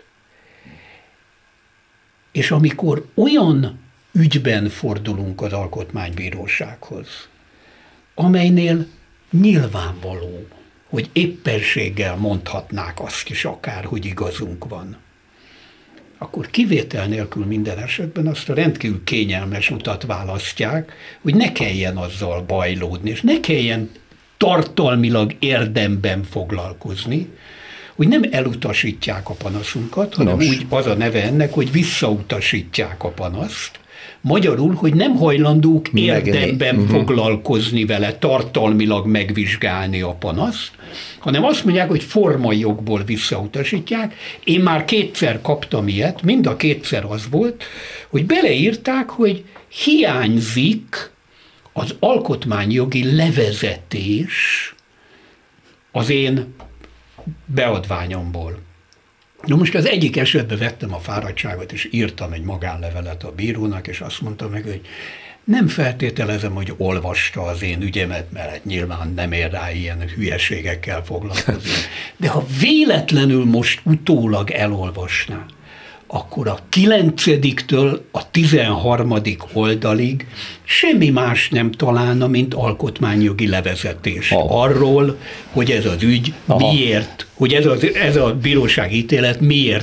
És amikor olyan ügyben fordulunk az Alkotmánybírósághoz, amelynél nyilvánvaló, hogy éppenséggel mondhatnák azt is akár, hogy igazunk van, akkor kivétel nélkül minden esetben azt a rendkívül kényelmes utat választják, hogy ne kelljen azzal bajlódni, és ne kelljen tartalmilag érdemben foglalkozni, hogy nem elutasítják a panaszunkat, hanem Nos. úgy az a neve ennek, hogy visszautasítják a panaszt. Magyarul, hogy nem hajlandók érdemben uh-huh. foglalkozni vele, tartalmilag megvizsgálni a panaszt, hanem azt mondják, hogy formai jogból visszautasítják. Én már kétszer kaptam ilyet, mind a kétszer az volt, hogy beleírták, hogy hiányzik az alkotmányjogi levezetés az én beadványomból. Na most az egyik esetben vettem a fáradtságot, és írtam egy magánlevelet a bírónak, és azt mondta meg, hogy nem feltételezem, hogy olvasta az én ügyemet, mert nyilván nem ér rá ilyen hülyeségekkel foglalkozni. De ha véletlenül most utólag elolvasná, akkor a kilencediktől a tizenharmadik oldalig semmi más nem találna, mint alkotmányjogi levezetést. Oh. Arról, hogy ez az ügy Aha. miért, hogy ez, az, ez a bírósági ítélet miért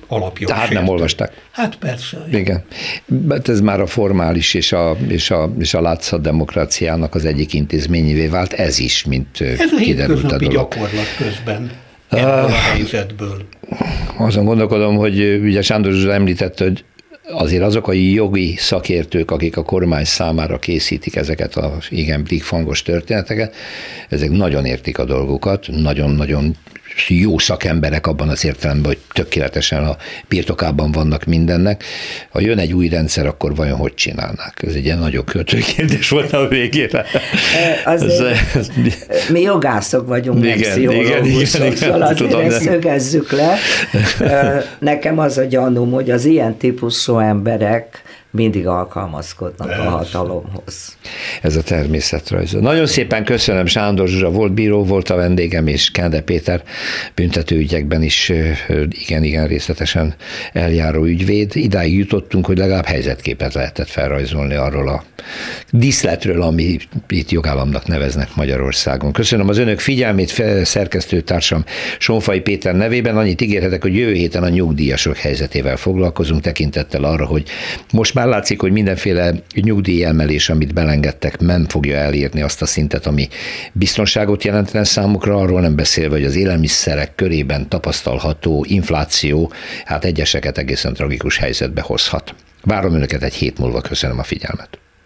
alapjog Tehát sértő. nem olvasták. Hát persze. Igen. Hát ez már a formális és a, és a, és a látszat demokráciának az egyik intézményévé vált, ez is, mint ez a kiderült a dolog. gyakorlat közben ebből a helyzetből. Azon gondolkodom, hogy ugye Sándor Zsuzsa említette, hogy azért azok a jogi szakértők, akik a kormány számára készítik ezeket a igen blikfangos történeteket, ezek nagyon értik a dolgokat, nagyon-nagyon jó szakemberek abban az értelemben, hogy tökéletesen a birtokában vannak mindennek. Ha jön egy új rendszer, akkor vajon hogy csinálnák? Ez egy ilyen nagyon költő kérdés volt a végére. Azért ez, mi jogászok vagyunk, nem pszichológusok, szóval azért tudom, ezt szögezzük le. Nekem az a gyanúm, hogy az ilyen típusú emberek mindig alkalmazkodnak Persze. a hatalomhoz. Ez a természetrajz. Nagyon szépen köszönöm, Sándor Zsuzsa volt bíró, volt a vendégem, és Kende Péter büntetőügyekben is igen-igen részletesen eljáró ügyvéd. Idáig jutottunk, hogy legalább helyzetképet lehetett felrajzolni arról a díszletről, ami itt jogállamnak neveznek Magyarországon. Köszönöm az önök figyelmét, szerkesztőtársam Sonfai Péter nevében. Annyit ígérhetek, hogy jövő héten a nyugdíjasok helyzetével foglalkozunk, tekintettel arra, hogy most már látszik, hogy mindenféle nyugdíjemelés, amit belengedtek, nem fogja elérni azt a szintet, ami biztonságot jelentene számukra, arról nem beszélve, hogy az élelmiszerek körében tapasztalható infláció, hát egyeseket egészen tragikus helyzetbe hozhat. Várom önöket egy hét múlva, köszönöm a figyelmet.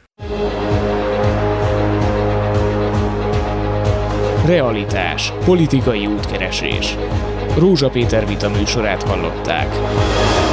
Realitás. Politikai útkeresés. Rózsa Péter vita műsorát hallották.